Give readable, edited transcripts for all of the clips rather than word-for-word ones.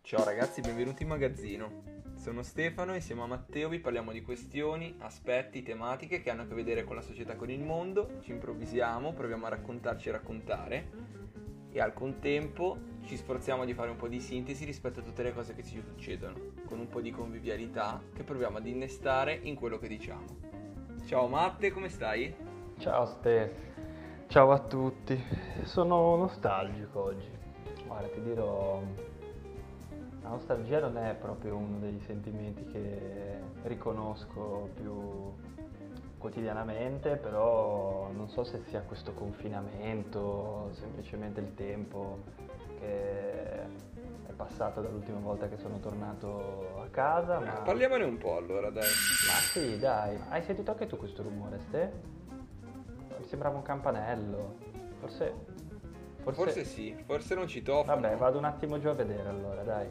Ciao ragazzi, benvenuti in magazzino. Sono Stefano e insieme a Matteo vi parliamo di questioni, aspetti, tematiche che hanno a che vedere con la società e con il mondo. Ci improvvisiamo, proviamo a raccontarci e raccontare e al contempo ci sforziamo di fare un po' di sintesi rispetto a tutte le cose che ci succedono, con un po' di convivialità che proviamo ad innestare in quello che diciamo. Ciao Matte, come stai? Ciao Ste, ciao a tutti. Sono nostalgico oggi. Guarda, ti dirò, la nostalgia non è proprio uno dei sentimenti che riconosco più quotidianamente, però non so se sia questo confinamento, semplicemente il tempo che è passato dall'ultima volta che sono tornato a casa, ma... Parliamone un po' allora, dai. Ma sì, dai, hai sentito anche tu questo rumore, Ste? Mi sembrava un campanello. Forse sì, forse non citofono. Vabbè, vado un attimo giù a vedere allora, dai.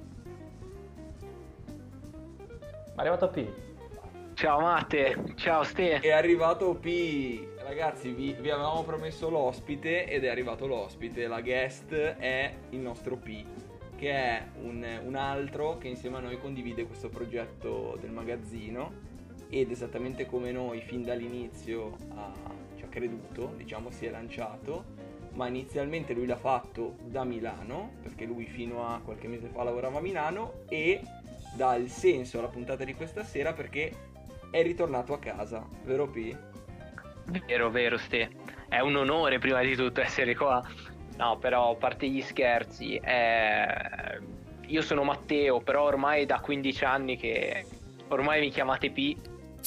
Ma è arrivato P. Ciao Matte, ciao Ste. È arrivato P. Ragazzi, vi avevamo promesso l'ospite ed è arrivato l'ospite. La guest è il nostro P, che è un altro che insieme a noi condivide questo progetto del magazzino ed esattamente come noi fin dall'inizio ci ha creduto, diciamo si è lanciato, ma inizialmente lui l'ha fatto da Milano, perché lui fino a qualche mese fa lavorava a Milano, e dà il senso alla puntata di questa sera perché è ritornato a casa, vero P? Vero Ste. È un onore prima di tutto essere qua. No, però a parte gli scherzi, io sono Matteo, però ormai da 15 anni che ormai mi chiamate P.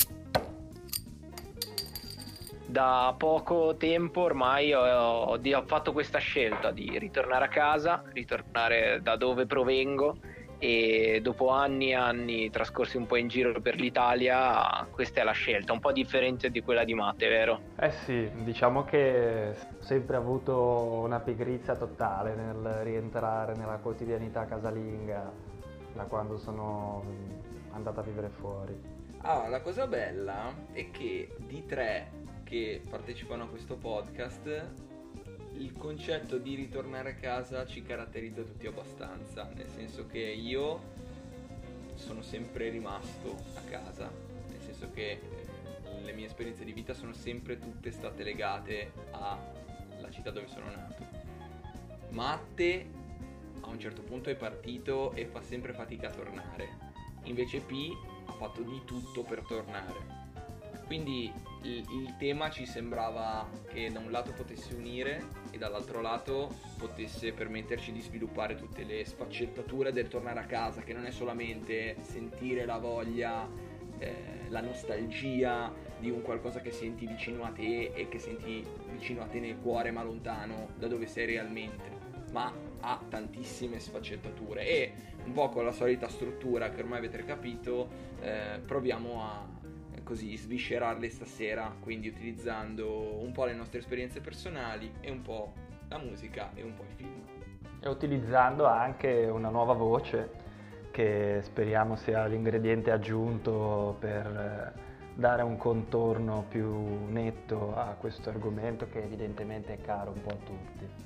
Da poco tempo ormai ho fatto questa scelta di ritornare a casa, ritornare da dove provengo, e dopo anni e anni trascorsi un po' in giro per l'Italia, questa è la scelta, un po' differente di quella di Matte, vero? Eh sì, diciamo che ho sempre avuto una pigrizia totale nel rientrare nella quotidianità casalinga da quando sono andato a vivere fuori. La cosa bella è che di tre che partecipano a questo podcast il concetto di ritornare a casa ci caratterizza tutti abbastanza, nel senso che io sono sempre rimasto a casa, nel senso che le mie esperienze di vita sono sempre tutte state legate alla città dove sono nato. Matte a un certo punto è partito e fa sempre fatica a tornare, invece P ha fatto di tutto per tornare. Quindi il tema ci sembrava che da un lato potesse unire e dall'altro lato potesse permetterci di sviluppare tutte le sfaccettature del tornare a casa, che non è solamente sentire la voglia, la nostalgia di un qualcosa che senti vicino a te e che senti vicino a te nel cuore ma lontano da dove sei realmente, ma ha tantissime sfaccettature e un po' con la solita struttura che ormai avete capito proviamo a così sviscerarle stasera, quindi utilizzando un po' le nostre esperienze personali e un po' la musica e un po' i film. E utilizzando anche una nuova voce che speriamo sia l'ingrediente aggiunto per dare un contorno più netto a questo argomento che evidentemente è caro un po' a tutti.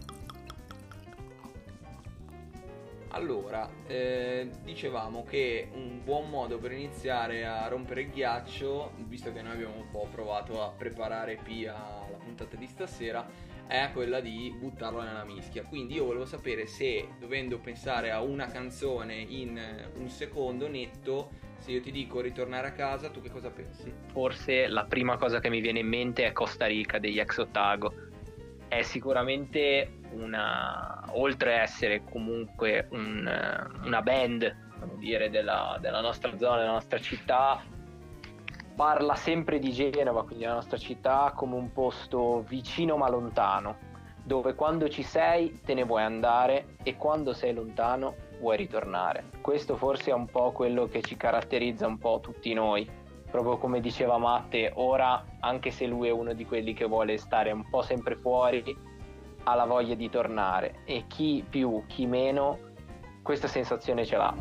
Allora, dicevamo che un buon modo per iniziare a rompere il ghiaccio, visto che noi abbiamo un po' provato a preparare Pia alla puntata di stasera, è quella di buttarla nella mischia. Quindi io volevo sapere se, dovendo pensare a una canzone in un secondo netto, se io ti dico ritornare a casa, tu che cosa pensi? Forse la prima cosa che mi viene in mente è Costa Rica degli Ex Otago. È sicuramente oltre a essere comunque una band, come dire, della nostra zona, della nostra città, parla sempre di Genova, quindi la nostra città, come un posto vicino ma lontano, dove quando ci sei te ne vuoi andare e quando sei lontano vuoi ritornare. Questo forse è un po' quello che ci caratterizza un po' tutti noi. Proprio come diceva Matte, ora, anche se lui è uno di quelli che vuole stare un po' sempre fuori, ha la voglia di tornare, e chi più, chi meno, questa sensazione ce l'ha.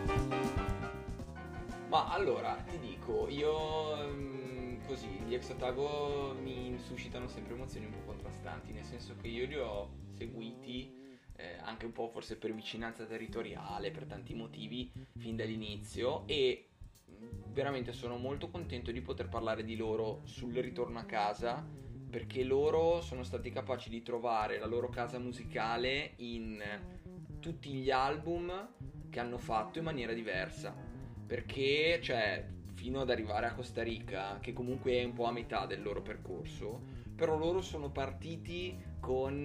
Ma allora, ti dico, io così, gli Ex Otago mi suscitano sempre emozioni un po' contrastanti, nel senso che io li ho seguiti anche un po' forse per vicinanza territoriale, per tanti motivi, fin dall'inizio, e veramente sono molto contento di poter parlare di loro sul ritorno a casa, perché loro sono stati capaci di trovare la loro casa musicale in tutti gli album che hanno fatto in maniera diversa, perché cioè fino ad arrivare a Costa Rica, che comunque è un po' a metà del loro percorso, però loro sono partiti con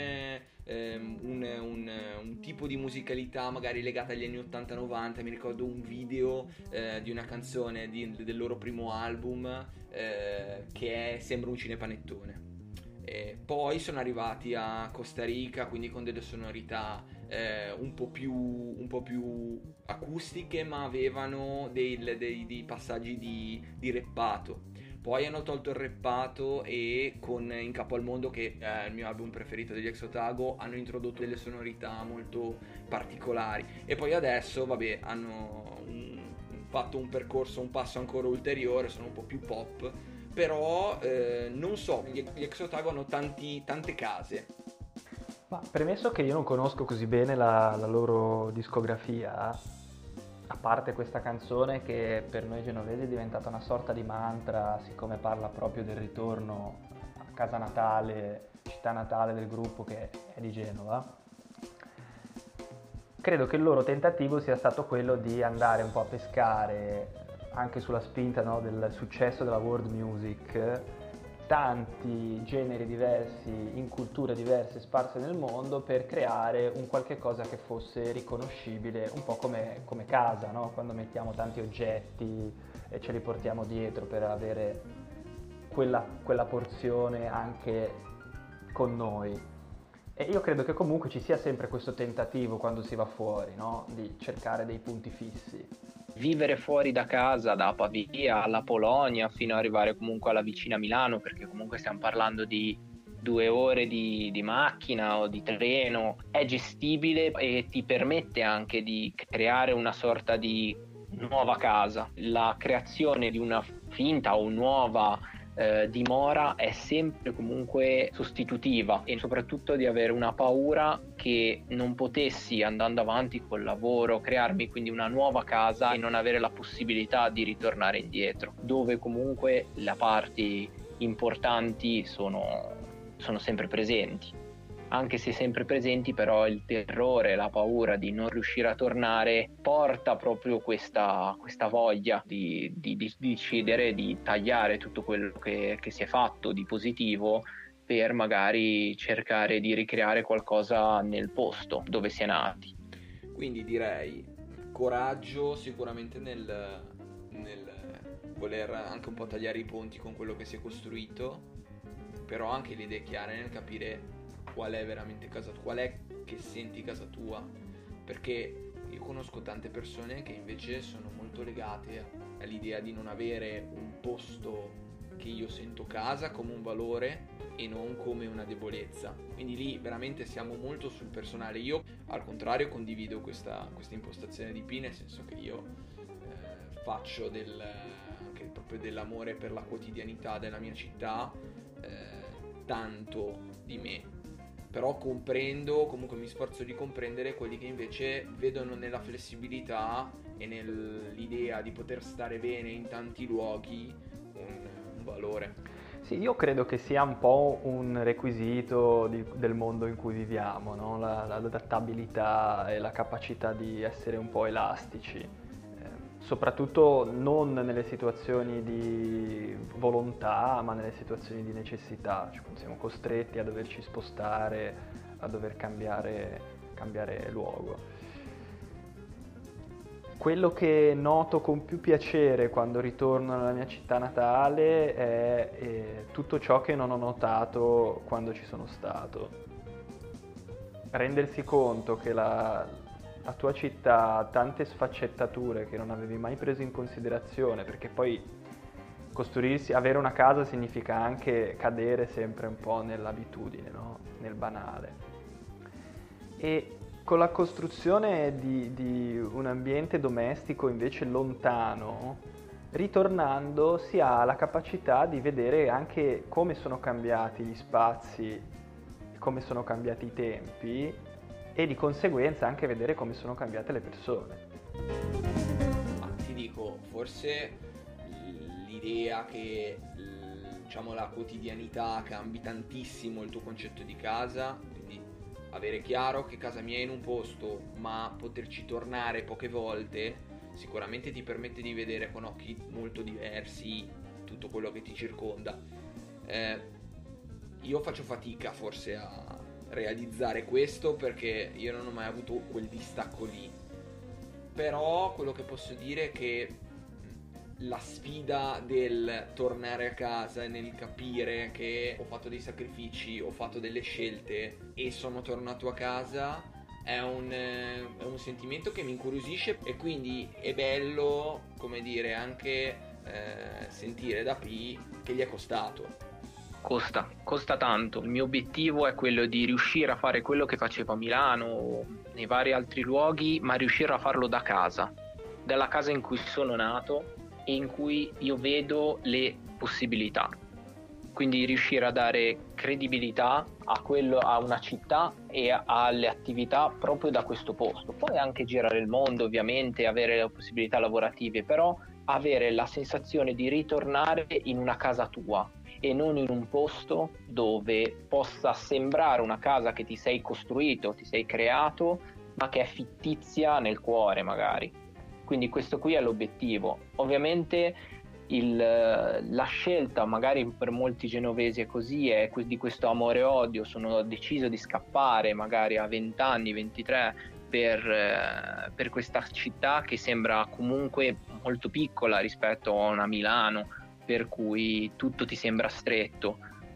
un tipo di musicalità magari legata agli anni 80-90. Mi ricordo un video di una canzone del loro primo album sembra un cinepanettone. Poi sono arrivati a Costa Rica, quindi con delle sonorità un po' più acustiche, ma avevano dei passaggi di rappato. Poi hanno tolto il rappato e con In Capo al Mondo, che è il mio album preferito degli Ex Otago, hanno introdotto delle sonorità molto particolari. E poi adesso, vabbè, hanno fatto un percorso, un passo ancora ulteriore, sono un po' più pop. Però non so, gli Ex Otago hanno tante case. Ma premesso che io non conosco così bene la loro discografia, a parte questa canzone che per noi genovesi è diventata una sorta di mantra, siccome parla proprio del ritorno a casa natale, città natale del gruppo che è di Genova, credo che il loro tentativo sia stato quello di andare un po' a pescare, anche sulla spinta, no, del successo della world music, tanti generi diversi in culture diverse sparse nel mondo, per creare un qualche cosa che fosse riconoscibile, un po' come casa, no? Quando mettiamo tanti oggetti e ce li portiamo dietro per avere quella porzione anche con noi. E io credo che comunque ci sia sempre questo tentativo quando si va fuori, no? Di cercare dei punti fissi. Vivere fuori da casa, da Pavia alla Polonia, fino ad arrivare comunque alla vicina Milano, perché comunque stiamo parlando di 2 ore di macchina o di treno, è gestibile e ti permette anche di creare una sorta di nuova casa. La creazione di una finta o nuova dimora è sempre comunque sostitutiva, e soprattutto di avere una paura che non potessi, andando avanti col lavoro, crearmi quindi una nuova casa e non avere la possibilità di ritornare indietro, dove comunque le parti importanti sono sempre presenti. Anche se sempre presenti, però il terrore, la paura di non riuscire a tornare porta proprio questa voglia di decidere di tagliare tutto quello che si è fatto di positivo, per magari cercare di ricreare qualcosa nel posto dove si è nati. Quindi direi coraggio sicuramente nel voler anche un po' tagliare i ponti con quello che si è costruito, però anche le idee chiare nel capire qual è veramente casa tua, qual è che senti casa tua, perché io conosco tante persone che invece sono molto legate all'idea di non avere un posto che io sento casa come un valore e non come una debolezza. Quindi lì veramente siamo molto sul personale. Io al contrario condivido questa impostazione di P, nel senso che io faccio anche proprio dell'amore per la quotidianità della mia città, tanto di me. Però comprendo, comunque mi sforzo di comprendere quelli che invece vedono nella flessibilità e nell'idea di poter stare bene in tanti luoghi un valore. Sì, io credo che sia un po' un requisito del mondo in cui viviamo, no? L'adattabilità e la capacità di essere un po' elastici. Soprattutto non nelle situazioni di volontà, ma nelle situazioni di necessità, cioè quando siamo costretti a doverci spostare, a dover cambiare luogo. Quello che noto con più piacere quando ritorno nella mia città natale è tutto ciò che non ho notato quando ci sono stato. Rendersi conto che la tua città ha tante sfaccettature che non avevi mai preso in considerazione, perché poi avere una casa significa anche cadere sempre un po' nell'abitudine, no? Nel banale. E con la costruzione di un ambiente domestico invece lontano, ritornando si ha la capacità di vedere anche come sono cambiati gli spazi, come sono cambiati i tempi, e di conseguenza anche vedere come sono cambiate le persone. Ma ti dico, forse l'idea che diciamo la quotidianità cambi tantissimo il tuo concetto di casa, quindi avere chiaro che casa mia è in un posto ma poterci tornare poche volte sicuramente ti permette di vedere con occhi molto diversi tutto quello che ti circonda. Io faccio fatica forse a realizzare questo perché io non ho mai avuto quel distacco lì, però quello che posso dire è che la sfida del tornare a casa e nel capire che ho fatto dei sacrifici, ho fatto delle scelte e sono tornato a casa è un sentimento che mi incuriosisce, e quindi è bello, come dire, anche sentire da P che gli è costato. Costa tanto. Il mio obiettivo è quello di riuscire a fare quello che facevo a Milano o nei vari altri luoghi, ma riuscire a farlo da casa, dalla casa in cui sono nato e in cui io vedo le possibilità. Quindi riuscire a dare credibilità a una città e alle attività proprio da questo posto. Poi anche girare il mondo, ovviamente, avere le possibilità lavorative, però avere la sensazione di ritornare in una casa tua e non in un posto dove possa sembrare una casa che ti sei costruito, ti sei creato, ma che è fittizia nel cuore magari. Quindi questo qui è l'obiettivo. Ovviamente la scelta magari per molti genovesi è così, è di questo amore e odio. Sono deciso di scappare magari a 20 anni, 23 per questa città che sembra comunque molto piccola rispetto a una Milano, per cui tutto ti sembra stretto,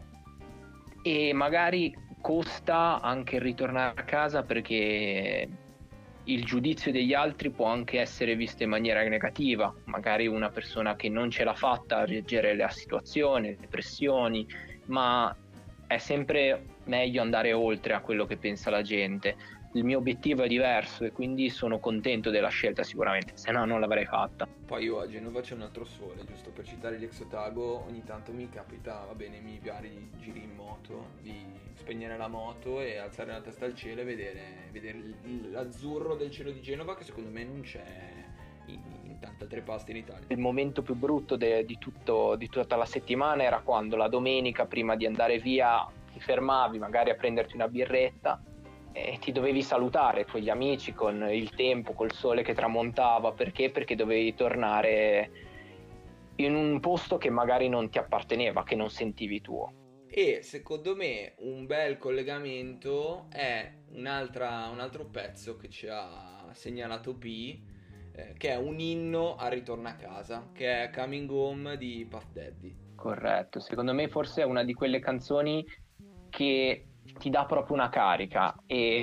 e magari costa anche ritornare a casa perché il giudizio degli altri può anche essere visto in maniera negativa, magari una persona che non ce l'ha fatta a reggere la situazione, le pressioni, ma è sempre meglio andare oltre a quello che pensa la gente. Il mio obiettivo è diverso e quindi sono contento della scelta sicuramente, se no non l'avrei fatta. Poi io a Genova c'è un altro sole, giusto per citare gli Exotago, ogni tanto mi capita, va bene, mi pare di giri in moto, di spegnere la moto e alzare la testa al cielo e vedere l'azzurro del cielo di Genova, che secondo me non c'è in tante altre parti in Italia. Il momento più brutto di tutta la settimana era quando la domenica, prima di andare via, ti fermavi magari a prenderti una birretta e ti dovevi salutare con gli amici, con il tempo, col sole che tramontava. Perché? Perché dovevi tornare in un posto che magari non ti apparteneva, che non sentivi tuo. E secondo me un bel collegamento è un altro pezzo che ci ha segnalato P, che è un inno al ritorno a casa, che è Coming Home di Puff Daddy. Corretto, secondo me forse è una di quelle canzoni che ti dà proprio una carica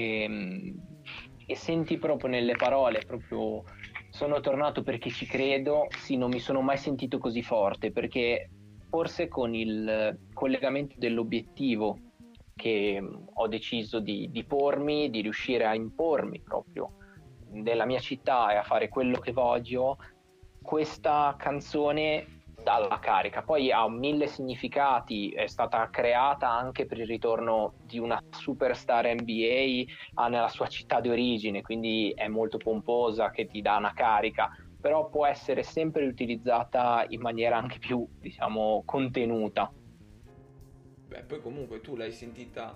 e senti proprio nelle parole, proprio sono tornato perché ci credo. Sì, non mi sono mai sentito così forte, perché forse con il collegamento dell'obiettivo che ho deciso di pormi, di riuscire a impormi proprio nella mia città e a fare quello che voglio, questa canzone dà la carica. Poi ha 1000 significati, è stata creata anche per il ritorno di una superstar NBA nella sua città di origine, quindi è molto pomposa, che ti dà una carica, però può essere sempre utilizzata in maniera anche più, diciamo, contenuta. Beh, poi comunque tu l'hai sentita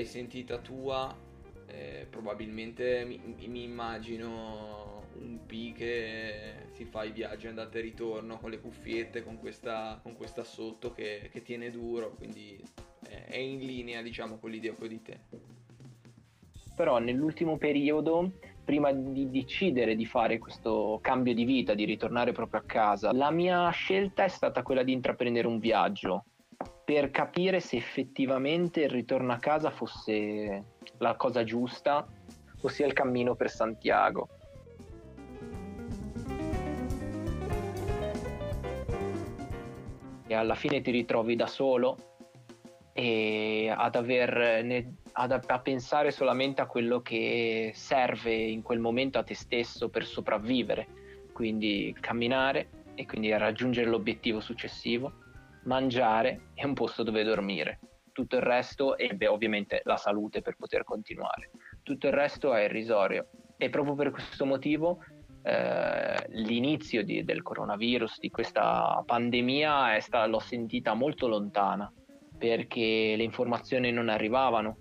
tua, probabilmente mi immagino un P che si fa i viaggi andata e ritorno con le cuffiette, con questa sotto che tiene duro, quindi è in linea, diciamo, con l'idea che ho di te. Però nell'ultimo periodo, prima di decidere di fare questo cambio di vita, di ritornare proprio a casa, la mia scelta è stata quella di intraprendere un viaggio per capire se effettivamente il ritorno a casa fosse la cosa giusta, ossia il cammino per Santiago. E alla fine ti ritrovi da solo e a pensare solamente a quello che serve in quel momento a te stesso per sopravvivere, quindi camminare e quindi raggiungere l'obiettivo successivo, mangiare e un posto dove dormire. Tutto il resto e ovviamente la salute per poter continuare. tutto il resto è irrisorio. E proprio per questo motivo l'inizio del coronavirus, di questa pandemia, l'ho sentita molto lontana, perché le informazioni non arrivavano,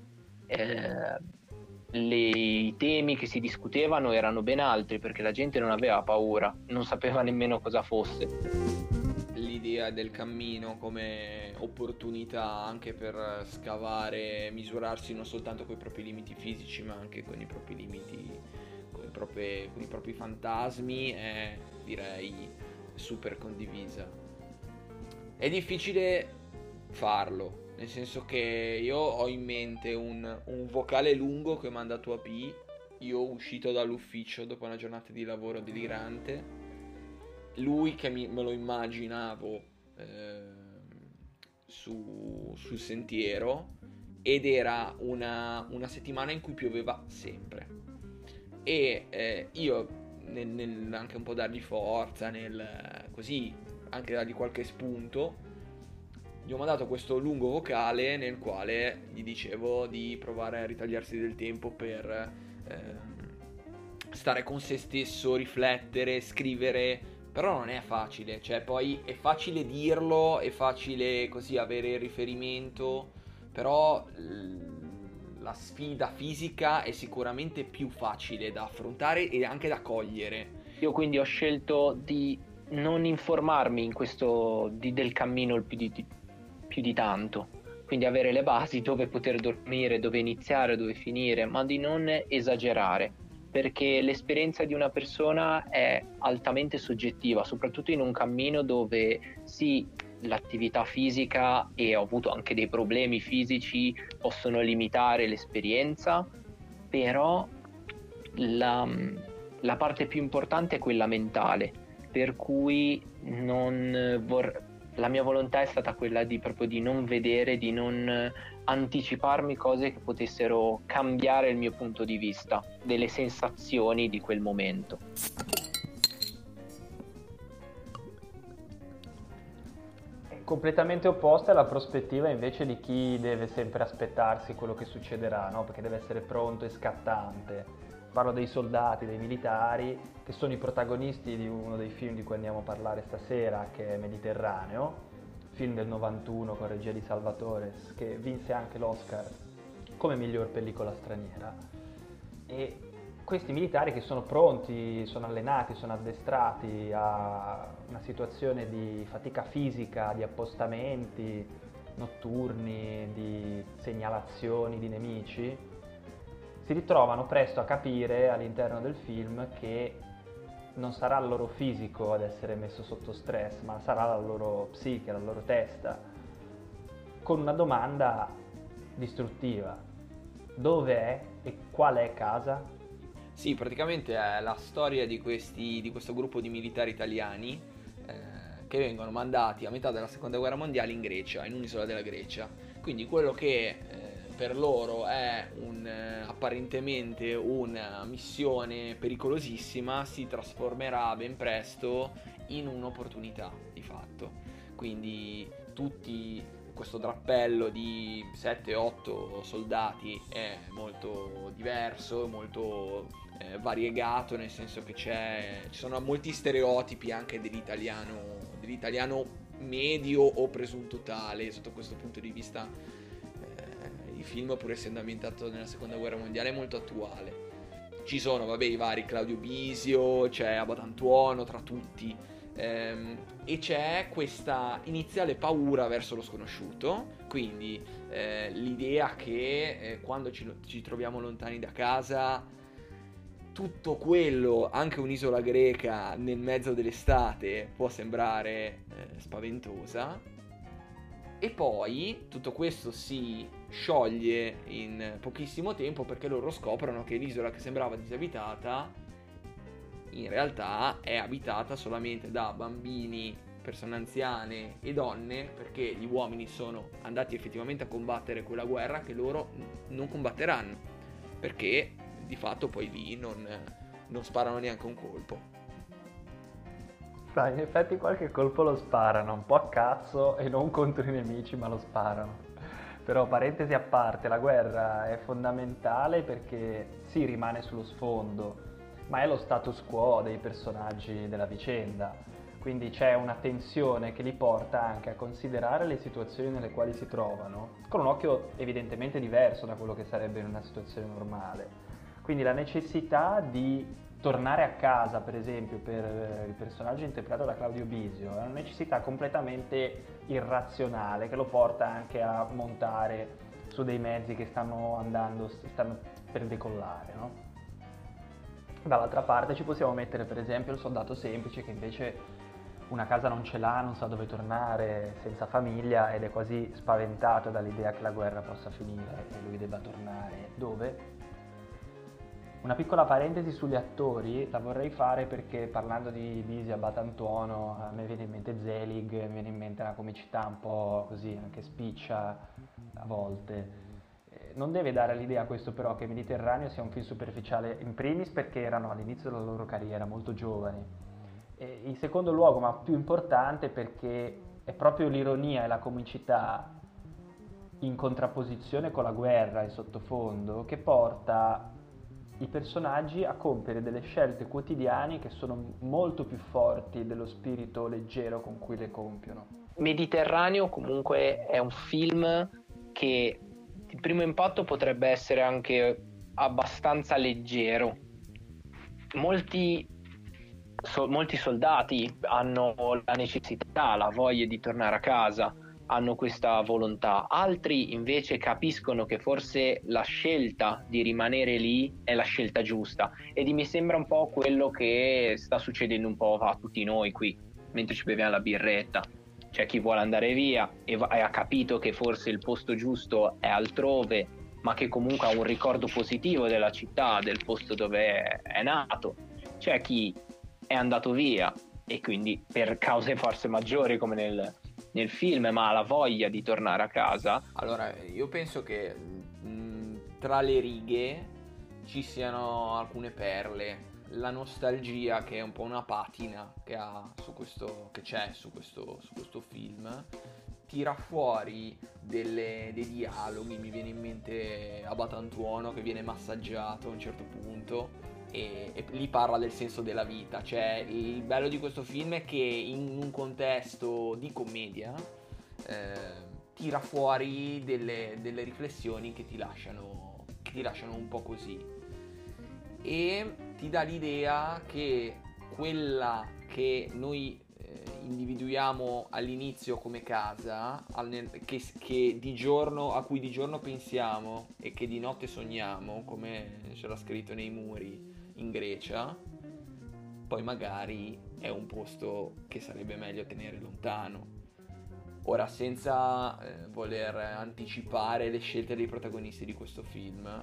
i temi che si discutevano erano ben altri, perché la gente non aveva paura, non sapeva nemmeno cosa fosse. L'idea del cammino come opportunità anche per scavare, misurarsi non soltanto con i propri limiti fisici, ma anche con i propri limiti, con i propri fantasmi, è, direi, super condivisa. È difficile farlo, nel senso che io ho in mente un vocale lungo che ho mandato a P. Io uscito dall'ufficio dopo una giornata di lavoro delirante, lui che me lo immaginavo sul sentiero, ed era una settimana in cui pioveva sempre, e io anche un po' dargli forza, così anche dargli qualche spunto, gli ho mandato questo lungo vocale nel quale gli dicevo di provare a ritagliarsi del tempo per stare con se stesso, riflettere, scrivere. Però non è facile, cioè poi è facile dirlo, è facile così avere il riferimento, però la sfida fisica è sicuramente più facile da affrontare e anche da cogliere. Io quindi ho scelto di non informarmi in questo del cammino il più di tanto, quindi avere le basi, dove poter dormire, dove iniziare, dove finire, ma di non esagerare, perché l'esperienza di una persona è altamente soggettiva, soprattutto in un cammino dove sì, l'attività fisica, e ho avuto anche dei problemi fisici, possono limitare l'esperienza, però la parte più importante è quella mentale, per cui la mia volontà è stata quella di proprio di non vedere, di non anticiparmi cose che potessero cambiare il mio punto di vista, delle sensazioni di quel momento. Completamente opposta è la prospettiva invece di chi deve sempre aspettarsi quello che succederà, no? Perché deve essere pronto e scattante. Parlo dei soldati, dei militari, che sono i protagonisti di uno dei film di cui andiamo a parlare stasera, che è Mediterraneo, film del 91 con regia di Salvatore, che vinse anche l'Oscar come miglior pellicola straniera. E questi militari che sono pronti, sono allenati, sono addestrati a una situazione di fatica fisica, di appostamenti notturni, di segnalazioni di nemici, si ritrovano presto a capire all'interno del film che non sarà il loro fisico ad essere messo sotto stress, ma sarà la loro psiche, la loro testa, con una domanda distruttiva: dove è e qual è casa? Sì, praticamente è la storia di questo gruppo di militari italiani che vengono mandati a metà della seconda guerra mondiale in Grecia, in un'isola della Grecia. Quindi quello che per loro è apparentemente una missione pericolosissima si trasformerà ben presto in un'opportunità di fatto. Quindi questo drappello di 7-8 soldati è molto diverso, molto variegato, nel senso che ci sono molti stereotipi anche dell'italiano medio o presunto tale. Sotto questo punto di vista il film, pur essendo ambientato nella seconda guerra mondiale, è molto attuale. Ci sono i vari Claudio Bisio, c'è Abatantuono tra tutti, e c'è questa iniziale paura verso lo sconosciuto, quindi l'idea che quando ci troviamo lontani da casa, tutto quello, anche un'isola greca nel mezzo dell'estate, può sembrare spaventosa. E poi tutto questo si scioglie in pochissimo tempo, perché loro scoprono che l'isola che sembrava disabitata in realtà è abitata solamente da bambini, persone anziane e donne, perché gli uomini sono andati effettivamente a combattere quella guerra che loro non combatteranno, perché di fatto poi lì non sparano neanche un colpo. In effetti qualche colpo lo sparano, un po' a cazzo, e non contro i nemici, ma lo sparano. Però parentesi a parte, la guerra è fondamentale perché sì, rimane sullo sfondo, ma è lo status quo dei personaggi della vicenda. Quindi c'è una tensione che li porta anche a considerare le situazioni nelle quali si trovano, con un occhio evidentemente diverso da quello che sarebbe in una situazione normale. Quindi la necessità di tornare a casa, per esempio, per il personaggio interpretato da Claudio Bisio, è una necessità completamente irrazionale che lo porta anche a montare su dei mezzi che stanno per decollare, no? Dall'altra parte ci possiamo mettere per esempio il soldato semplice che invece una casa non ce l'ha, non sa dove tornare, senza famiglia ed è quasi spaventato dall'idea che la guerra possa finire e lui debba tornare. Dove? Una piccola parentesi sugli attori la vorrei fare perché parlando di Bisi a Batantuono a me viene in mente Zelig, mi viene in mente una comicità un po' così, anche spiccia a volte. Non deve dare l'idea questo però che Mediterraneo sia un film superficiale in primis perché erano all'inizio della loro carriera molto giovani. E in secondo luogo, ma più importante, perché è proprio l'ironia e la comicità in contrapposizione con la guerra in sottofondo che porta i personaggi a compiere delle scelte quotidiane che sono molto più forti dello spirito leggero con cui le compiono. Mediterraneo comunque è un film che di primo impatto potrebbe essere anche abbastanza leggero. Molti soldati hanno la necessità, la voglia di tornare a casa, hanno questa volontà. Altri invece capiscono che forse la scelta di rimanere lì è la scelta giusta, ed mi sembra un po' quello che sta succedendo un po' a tutti noi qui, mentre ci beviamo la birretta. C'è chi vuole andare via e ha capito che forse il posto giusto è altrove, ma che comunque ha un ricordo positivo della città, del posto dove è nato. C'è chi è andato via e quindi per cause forse maggiori come nel film, ma ha la voglia di tornare a casa. Allora, io penso che tra le righe ci siano alcune perle. La nostalgia, che è un po' una patina che c'è su questo film, tira fuori dei dialoghi. Mi viene in mente Abatantuono che viene massaggiato a un certo punto e lì parla del senso della vita. Cioè, il bello di questo film è che in un contesto di commedia tira fuori delle riflessioni che ti lasciano un po' così, e ti dà l'idea che quella che noi individuiamo all'inizio come casa, che di giorno, a cui di giorno pensiamo e che di notte sogniamo, come c'era scritto nei muri in Grecia, poi magari è un posto che sarebbe meglio tenere lontano. Ora, senza voler anticipare le scelte dei protagonisti di questo film,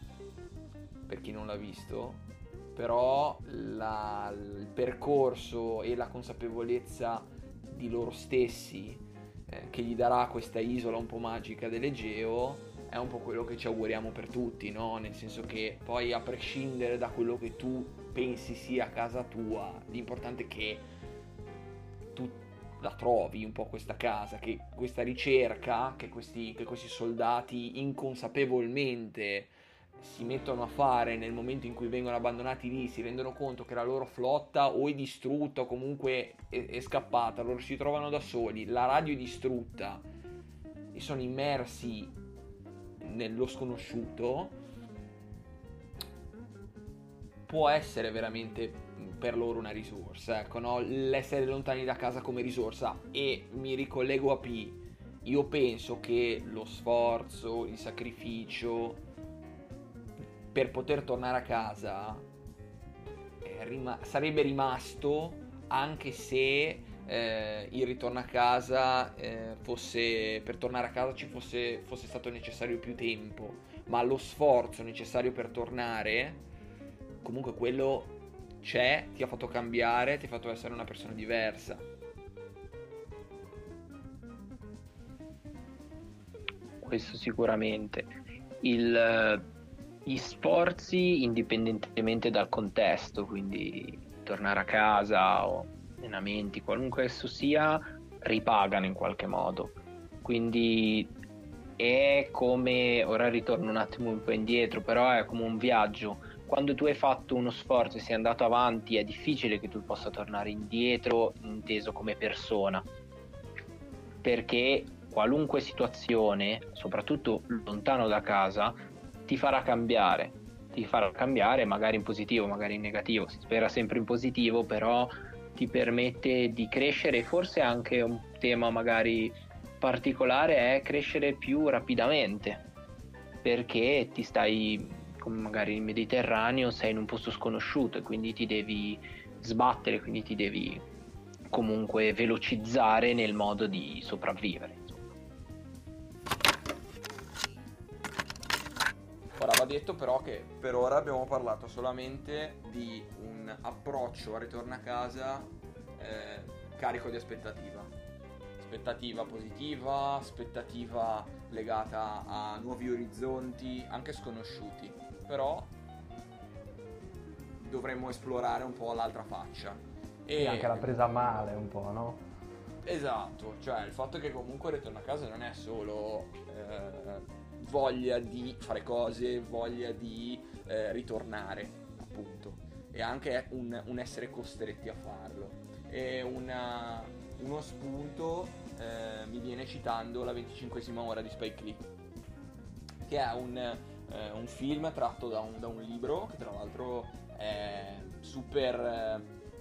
per chi non l'ha visto, però il percorso e la consapevolezza di loro stessi che gli darà questa isola un po' magica dell'Egeo è un po' quello che ci auguriamo per tutti, no? Nel senso che poi, a prescindere da quello che tu pensi sia casa tua, l'importante è che tu la trovi un po' questa casa, che questa ricerca che questi soldati inconsapevolmente si mettono a fare nel momento in cui vengono abbandonati lì, si rendono conto che la loro flotta o è distrutta o comunque è scappata, loro si trovano da soli, la radio è distrutta e sono immersi nello sconosciuto, può essere veramente per loro una risorsa, ecco, no? L'essere lontani da casa come risorsa. E mi ricollego a P. Io penso che lo sforzo, il sacrificio per poter tornare a casa sarebbe rimasto, anche se il ritorno a casa per tornare a casa ci fosse stato necessario più tempo, ma lo sforzo necessario per tornare, comunque quello c'è, ti ha fatto cambiare, ti ha fatto essere una persona diversa. Questo sicuramente. Gli sforzi, indipendentemente dal contesto, quindi tornare a casa o allenamenti, qualunque esso sia, ripagano in qualche modo. Quindi è come, ora ritorno un attimo un po' indietro, però è come un viaggio. Quando tu hai fatto uno sforzo e sei andato avanti, è difficile che tu possa tornare indietro, inteso come persona, perché qualunque situazione, soprattutto lontano da casa, ti farà cambiare magari in positivo, magari in negativo, si spera sempre in positivo, però ti permette di crescere. Forse anche un tema magari particolare è crescere più rapidamente, perché ti stai, come magari in Mediterraneo, sei in un posto sconosciuto e quindi ti devi sbattere, quindi ti devi comunque velocizzare nel modo di sopravvivere. Ora va detto però che per ora abbiamo parlato solamente di un approccio a ritorno a casa carico di aspettativa positiva, aspettativa legata a nuovi orizzonti, anche sconosciuti, però dovremmo esplorare un po' l'altra faccia. E anche la presa a male un po', no? Esatto, cioè il fatto che comunque il ritorno a casa non è solo voglia di fare cose, voglia di ritornare, appunto, è anche un essere costretti a farlo. E uno spunto mi viene citando la 25esima ora di Spike Lee, che è un film tratto da un libro che tra l'altro è super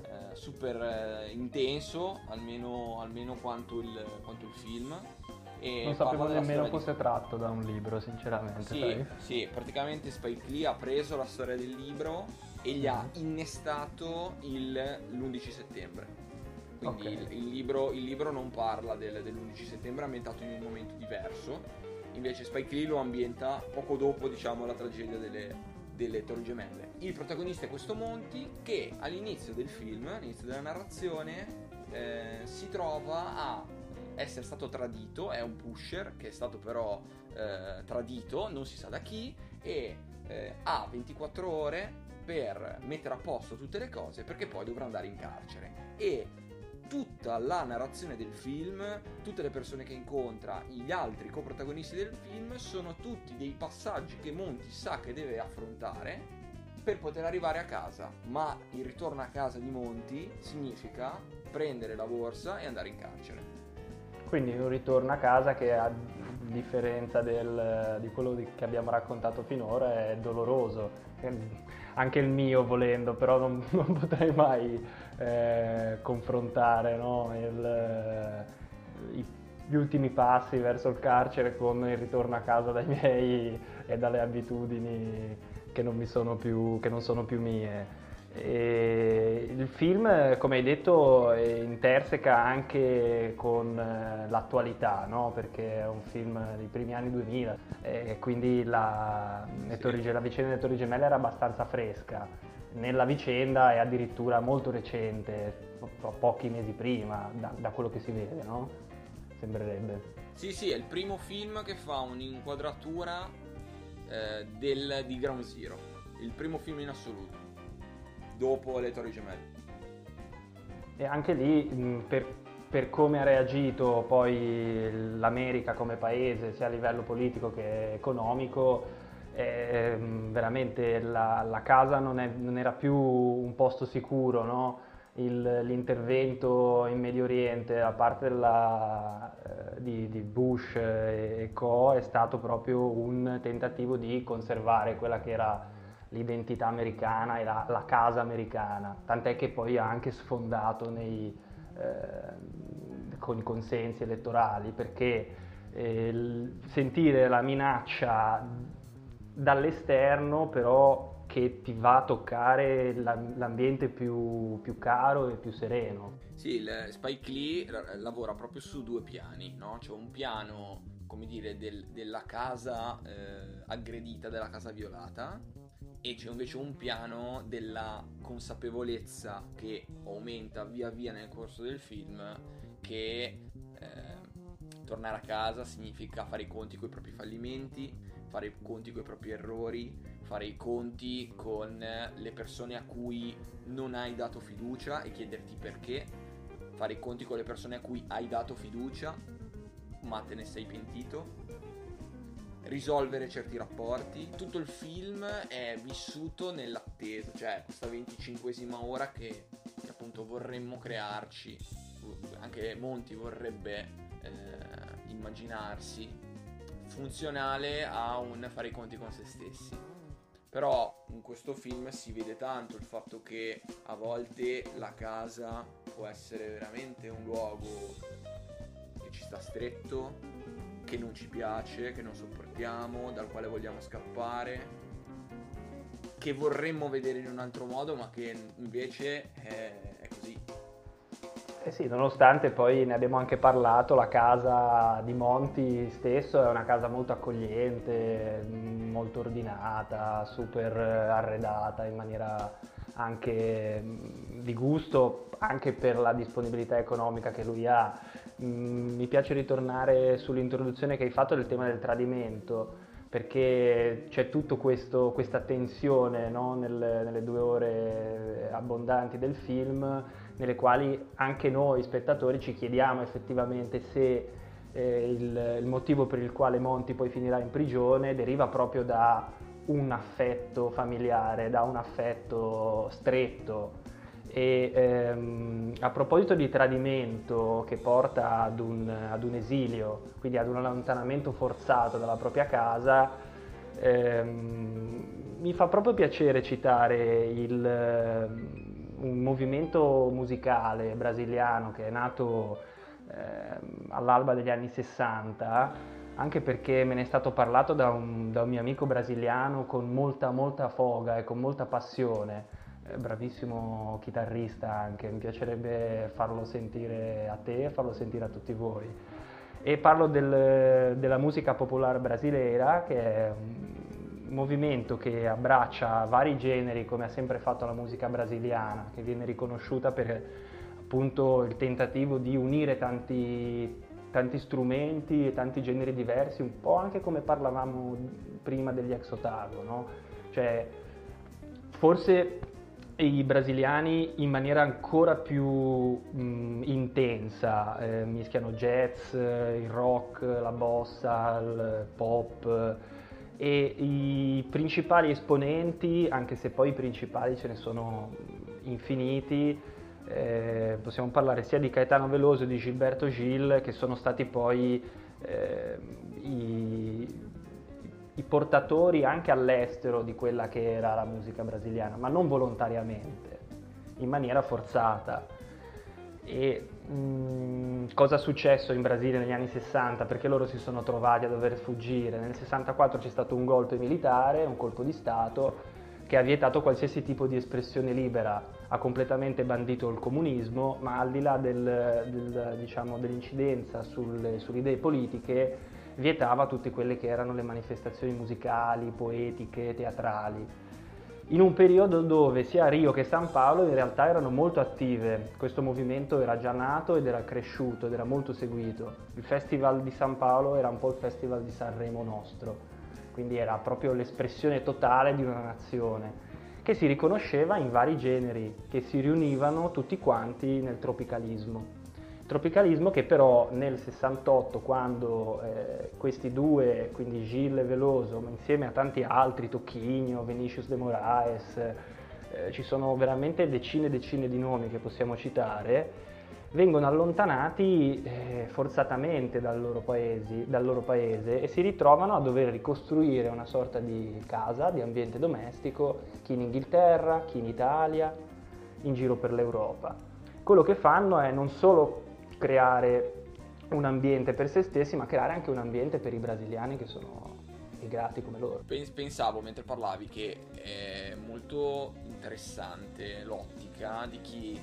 intenso, almeno quanto il film. E Non sapevo nemmeno fosse tratto da un libro, sinceramente. Sì, sai? sì, praticamente Spike Lee ha preso la storia del libro e gli ha innestato l'11 settembre. Quindi Ok. il libro non parla dell'11 settembre, è ambientato in un momento diverso. Invece Spike Lee lo ambienta poco dopo, diciamo, la tragedia delle Torri Gemelle. Il protagonista è questo Monty che all'inizio del film, all'inizio della narrazione, si trova a essere stato tradito, è un pusher che è stato però tradito, non si sa da chi, e ha 24 ore per mettere a posto tutte le cose perché poi dovrà andare in carcere. E tutta la narrazione del film, tutte le persone che incontra, gli altri coprotagonisti del film, sono tutti dei passaggi che Monty sa che deve affrontare per poter arrivare a casa. Ma il ritorno a casa di Monty significa prendere la borsa e andare in carcere. Quindi un ritorno a casa che, a differenza di quello che abbiamo raccontato finora, è doloroso. Anche il mio, volendo, però non potrei mai confrontare, no, gli ultimi passi verso il carcere con il ritorno a casa dai miei e dalle abitudini che non sono più mie. E il film, come hai detto, interseca anche con l'attualità, no? Perché è un film dei primi anni 2000 e quindi la vicenda delle Torri Gemelle era abbastanza fresca. Nella vicenda è addirittura molto recente, pochi mesi prima, da quello che si vede, no? Sembrerebbe. Sì, è il primo film che fa un'inquadratura di Ground Zero, il primo film in assoluto, dopo le Torri Gemelle. E anche lì, per come ha reagito poi l'America come paese, sia a livello politico che economico, veramente la casa non era più un posto sicuro, no? L'intervento in Medio Oriente da parte di Bush e co. È stato proprio un tentativo di conservare quella che era l'identità americana e la casa americana, tant'è che poi ha anche sfondato con i consensi elettorali, perché sentire la minaccia dall'esterno però che ti va a toccare l'ambiente più caro e più sereno. Sì, Spike Lee lavora proprio su due piani, no? C'è un piano, come dire, della casa aggredita, della casa violata, e c'è invece un piano della consapevolezza che aumenta via via nel corso del film che tornare a casa significa fare i conti con i propri fallimenti, fare i conti con i propri errori, fare i conti con le persone a cui non hai dato fiducia e chiederti perché, fare i conti con le persone a cui hai dato fiducia ma te ne sei pentito, risolvere certi rapporti. Tutto il film è vissuto nell'attesa, cioè questa 25esima ora che appunto vorremmo crearci, anche Monti vorrebbe immaginarsi, funzionale a un fare i conti con se stessi. Però in questo film si vede tanto il fatto che a volte la casa può essere veramente un luogo che ci sta stretto, che non ci piace, che non sopportiamo, dal quale vogliamo scappare, che vorremmo vedere in un altro modo, ma che invece è così. Eh sì, nonostante poi ne abbiamo anche parlato, la casa di Monti stesso è una casa molto accogliente, molto ordinata, super arredata in maniera anche di gusto, anche per la disponibilità economica che lui ha. Mi piace ritornare sull'introduzione che hai fatto del tema del tradimento, perché c'è tutta questa tensione, no? Nelle 2 ore abbondanti del film, nelle quali anche noi spettatori ci chiediamo effettivamente se il motivo per il quale Monti poi finirà in prigione deriva proprio da un affetto familiare, da un affetto stretto. E a proposito di tradimento che porta ad un esilio, quindi ad un allontanamento forzato dalla propria casa, mi fa proprio piacere citare un movimento musicale brasiliano che è nato all'alba degli anni 60, anche perché me ne è stato parlato da un mio amico brasiliano con molta foga e con molta passione. Bravissimo chitarrista anche, mi piacerebbe farlo sentire a te e farlo sentire a tutti voi. E parlo della musica popolare brasileira, che è un movimento che abbraccia vari generi, come ha sempre fatto la musica brasiliana, che viene riconosciuta per appunto il tentativo di unire tanti strumenti e tanti generi diversi, un po' anche come parlavamo prima degli Ex Otago, no? Cioè, forse i brasiliani in maniera ancora più intensa mischiano jazz, il rock, la bossa, il pop, e i principali esponenti, anche se poi i principali ce ne sono infiniti, possiamo parlare sia di Caetano Veloso che di Gilberto Gil, che sono stati poi i portatori anche all'estero di quella che era la musica brasiliana, ma non volontariamente, in maniera forzata. E cosa è successo in Brasile negli anni 60? Perché loro si sono trovati a dover fuggire? Nel 64 c'è stato un golpe militare, un colpo di Stato, che ha vietato qualsiasi tipo di espressione libera, ha completamente bandito il comunismo, ma al di là dell'incidenza sulle idee politiche, vietava tutte quelle che erano le manifestazioni musicali, poetiche, teatrali. In un periodo dove sia Rio che San Paolo in realtà erano molto attive, questo movimento era già nato ed era cresciuto ed era molto seguito. Il Festival di San Paolo era un po' il Festival di Sanremo nostro, quindi era proprio l'espressione totale di una nazione, che si riconosceva in vari generi, che si riunivano tutti quanti nel tropicalismo. Tropicalismo che però nel 68, quando questi due, quindi Gil e Veloso, ma insieme a tanti altri, Toquinho, Vinicius de Moraes, ci sono veramente decine e decine di nomi che possiamo citare, vengono allontanati forzatamente dal loro paese e si ritrovano a dover ricostruire una sorta di casa, di ambiente domestico, chi in Inghilterra, chi in Italia, in giro per l'Europa. Quello che fanno è non solo creare un ambiente per se stessi, ma creare anche un ambiente per i brasiliani che sono migrati come loro. Pensavo mentre parlavi che è molto interessante l'ottica di chi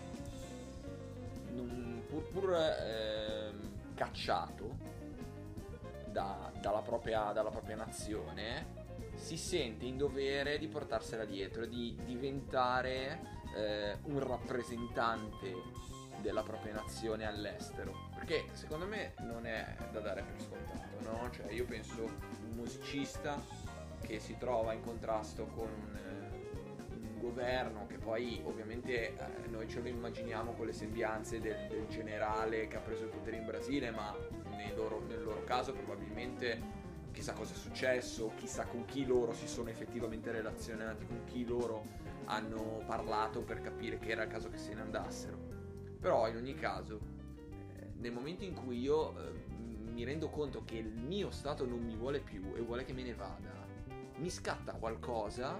pur cacciato dalla propria nazione si sente in dovere di portarsela dietro, di diventare un rappresentante della propria nazione all'estero, perché secondo me non è da dare per scontato, no? Cioè io penso un musicista che si trova in contrasto con un governo che poi ovviamente noi ce lo immaginiamo con le sembianze del generale che ha preso il potere in Brasile, ma nel loro caso probabilmente chissà cosa è successo, chissà con chi loro si sono effettivamente relazionati, con chi loro hanno parlato per capire che era il caso che se ne andassero. Però in ogni caso, nel momento in cui io mi rendo conto che il mio stato non mi vuole più e vuole che me ne vada, mi scatta qualcosa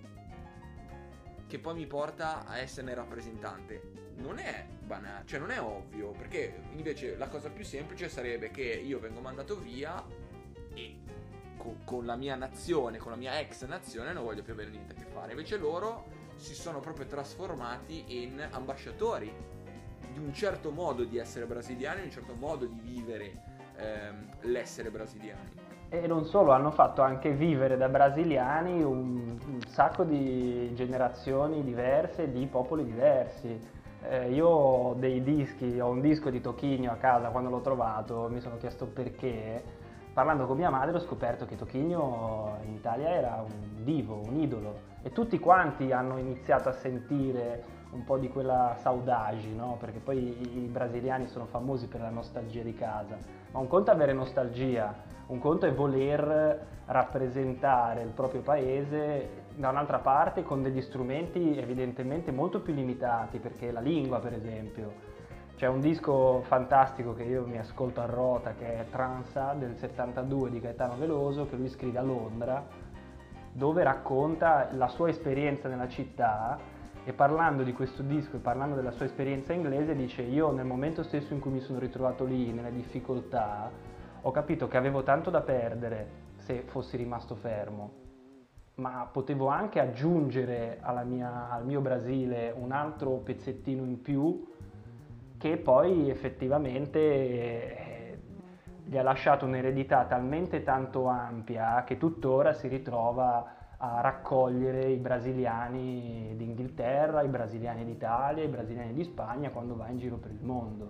che poi mi porta a esserne rappresentante. Non è banale, cioè non è ovvio, perché invece la cosa più semplice sarebbe che io vengo mandato via e con la mia nazione, con la mia ex nazione non voglio più avere niente a che fare. Invece loro si sono proprio trasformati in ambasciatori di un certo modo di essere brasiliani, di un certo modo di vivere l'essere brasiliani. E non solo, hanno fatto anche vivere da brasiliani un sacco di generazioni diverse, di popoli diversi. Io ho dei dischi, ho un disco di Toquinho a casa, quando l'ho trovato mi sono chiesto perché. Parlando con mia madre ho scoperto che Toquinho in Italia era un divo, un idolo, e tutti quanti hanno iniziato a sentire un po' di quella saudade, no? Perché poi i brasiliani sono famosi per la nostalgia di casa, ma un conto è avere nostalgia, un conto è voler rappresentare il proprio paese da un'altra parte con degli strumenti evidentemente molto più limitati, perché la lingua, per esempio. C'è un disco fantastico che io mi ascolto a rota, che è Transa del 72 di Gaetano Veloso, che lui scrive a Londra, dove racconta la sua esperienza nella città, e parlando di questo disco e parlando della sua esperienza inglese dice: io nel momento stesso in cui mi sono ritrovato lì, nelle difficoltà, ho capito che avevo tanto da perdere se fossi rimasto fermo, ma potevo anche aggiungere al mio Brasile un altro pezzettino in più che poi effettivamente gli ha lasciato un'eredità talmente tanto ampia che tuttora si ritrova a raccogliere i brasiliani d'Inghilterra, i brasiliani d'Italia, i brasiliani di Spagna quando va in giro per il mondo.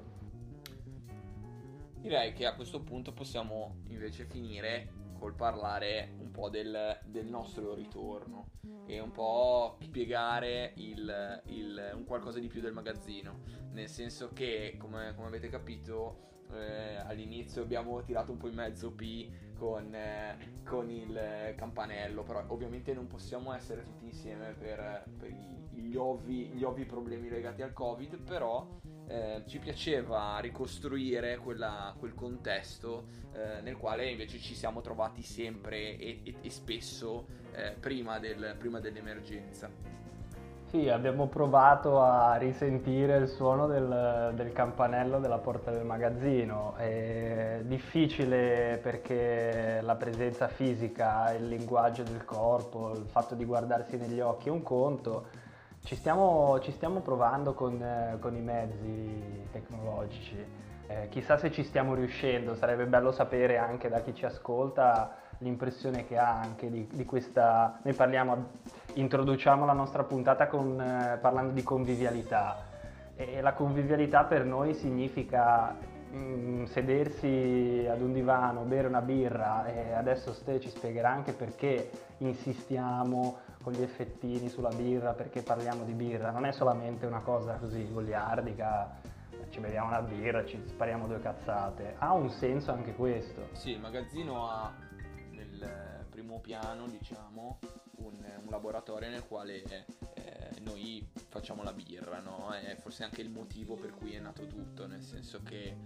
Direi che a questo punto possiamo invece finire col parlare un po' del nostro ritorno e un po' spiegare un qualcosa di più del magazzino, nel senso che come avete capito all'inizio abbiamo tirato un po' in mezzo P con il campanello, però ovviamente non possiamo essere tutti insieme per gli ovvi problemi legati al Covid, però ci piaceva ricostruire quel contesto nel quale invece ci siamo trovati sempre e spesso prima dell'emergenza. Sì, abbiamo provato a risentire il suono del campanello della porta del magazzino. È difficile perché la presenza fisica, il linguaggio del corpo, il fatto di guardarsi negli occhi è un conto. Ci stiamo provando con i mezzi tecnologici. Chissà se ci stiamo riuscendo, sarebbe bello sapere anche da chi ci ascolta l'impressione che ha anche di questa. Noi introduciamo la nostra puntata parlando di convivialità, e la convivialità per noi significa sedersi ad un divano, bere una birra, e adesso Ste ci spiegherà anche perché insistiamo con gli effettini sulla birra, perché parliamo di birra, non è solamente una cosa così goliardica, ci beviamo una birra, ci spariamo due cazzate, ha un senso anche questo. Sì, il magazzino ha nel primo piano, diciamo, un laboratorio nel quale noi facciamo la birra, no? È forse anche il motivo per cui è nato tutto, nel senso che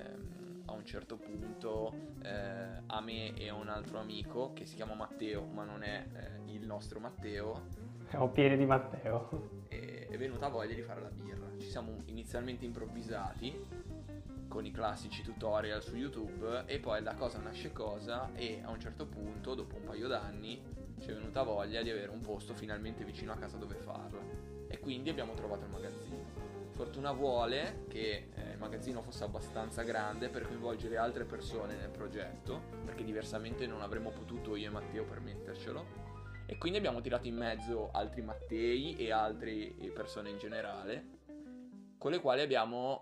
a un certo punto a me e a un altro amico che si chiama Matteo, ma non è il nostro Matteo, Siamo pieni di Matteo. è venuta voglia di fare la birra. Ci siamo inizialmente improvvisati con i classici tutorial su YouTube e poi da cosa nasce cosa, e a un certo punto, dopo un paio d'anni, ci è venuta voglia di avere un posto finalmente vicino a casa dove farla, e quindi abbiamo trovato il magazzino. Fortuna vuole che il magazzino fosse abbastanza grande per coinvolgere altre persone nel progetto, perché diversamente non avremmo potuto io e Matteo permettercelo, e quindi abbiamo tirato in mezzo altri Mattei e altre persone in generale, con le quali abbiamo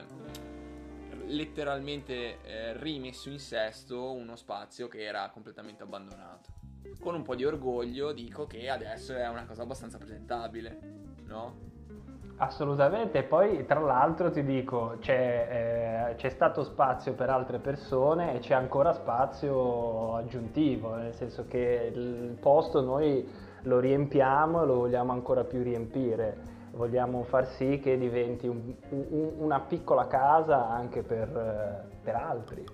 letteralmente rimesso in sesto uno spazio che era completamente abbandonato. Con un po' di orgoglio dico che adesso è una cosa abbastanza presentabile, no? Assolutamente, e poi tra l'altro ti dico, c'è stato spazio per altre persone e c'è ancora spazio aggiuntivo, nel senso che il posto noi lo riempiamo e lo vogliamo ancora più riempire, vogliamo far sì che diventi una piccola casa anche per altri.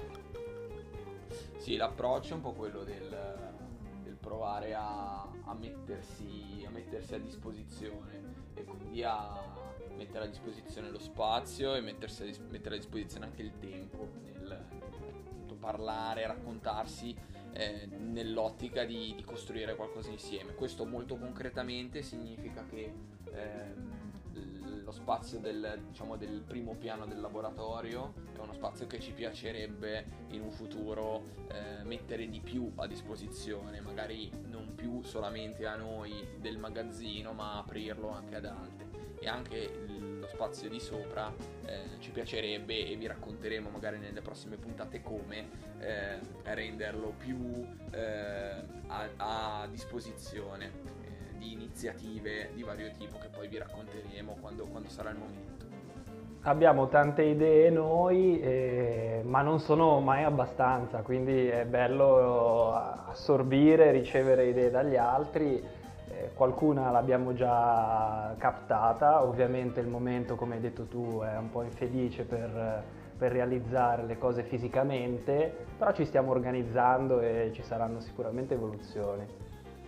Sì, l'approccio è un po' quello del provare a mettersi a disposizione e quindi a mettere a disposizione lo spazio e mettere a disposizione anche il tempo nel appunto parlare, raccontarsi nell'ottica di costruire qualcosa insieme. Questo molto concretamente significa che lo spazio del primo piano del laboratorio è uno spazio che ci piacerebbe in un futuro mettere di più a disposizione, magari non più solamente a noi del magazzino, ma aprirlo anche ad altri. E anche lo spazio di sopra ci piacerebbe, e vi racconteremo magari nelle prossime puntate come renderlo più a disposizione di iniziative di vario tipo che poi vi racconteremo quando sarà il momento. Abbiamo tante idee noi, ma non sono mai abbastanza, quindi è bello assorbire, ricevere idee dagli altri. Qualcuna l'abbiamo già captata, ovviamente il momento, come hai detto tu, è un po' infelice per realizzare le cose fisicamente, però ci stiamo organizzando e ci saranno sicuramente evoluzioni.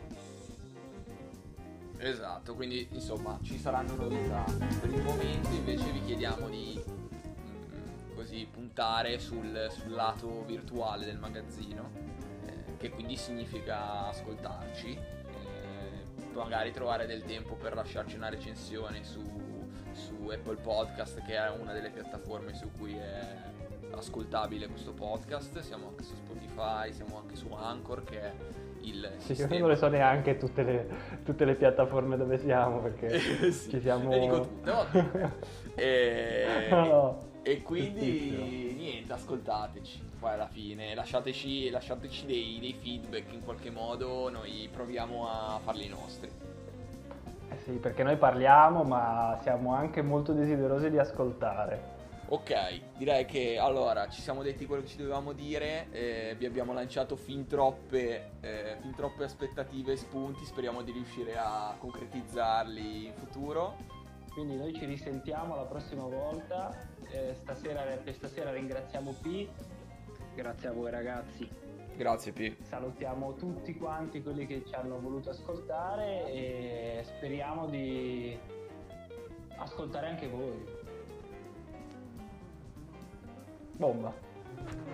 Esatto, quindi insomma ci saranno novità. Per il momento invece vi chiediamo di così puntare sul lato virtuale del magazzino, che quindi significa ascoltarci, magari trovare del tempo per lasciarci una recensione su Apple Podcast, che è una delle piattaforme su cui è ascoltabile questo podcast. Siamo anche su Spotify, siamo anche su Anchor, che è il Sì, sistema. io non le so neanche tutte le piattaforme dove siamo, perché Sì, ci siamo... le dico tutte, va bene. No, E quindi giustissimo. niente, ascoltateci poi alla fine, lasciateci dei feedback in qualche modo, noi proviamo a farli nostri. Sì, perché noi parliamo, ma siamo anche molto desiderosi di ascoltare. Ok, direi che allora ci siamo detti quello che ci dovevamo dire, vi abbiamo lanciato fin troppe aspettative e spunti, speriamo di riuscire a concretizzarli in futuro. Quindi noi ci risentiamo la prossima volta. Per stasera ringraziamo P, Grazie a voi ragazzi. Grazie P. salutiamo tutti quanti quelli che ci hanno voluto ascoltare e speriamo di ascoltare anche voi. Bomba!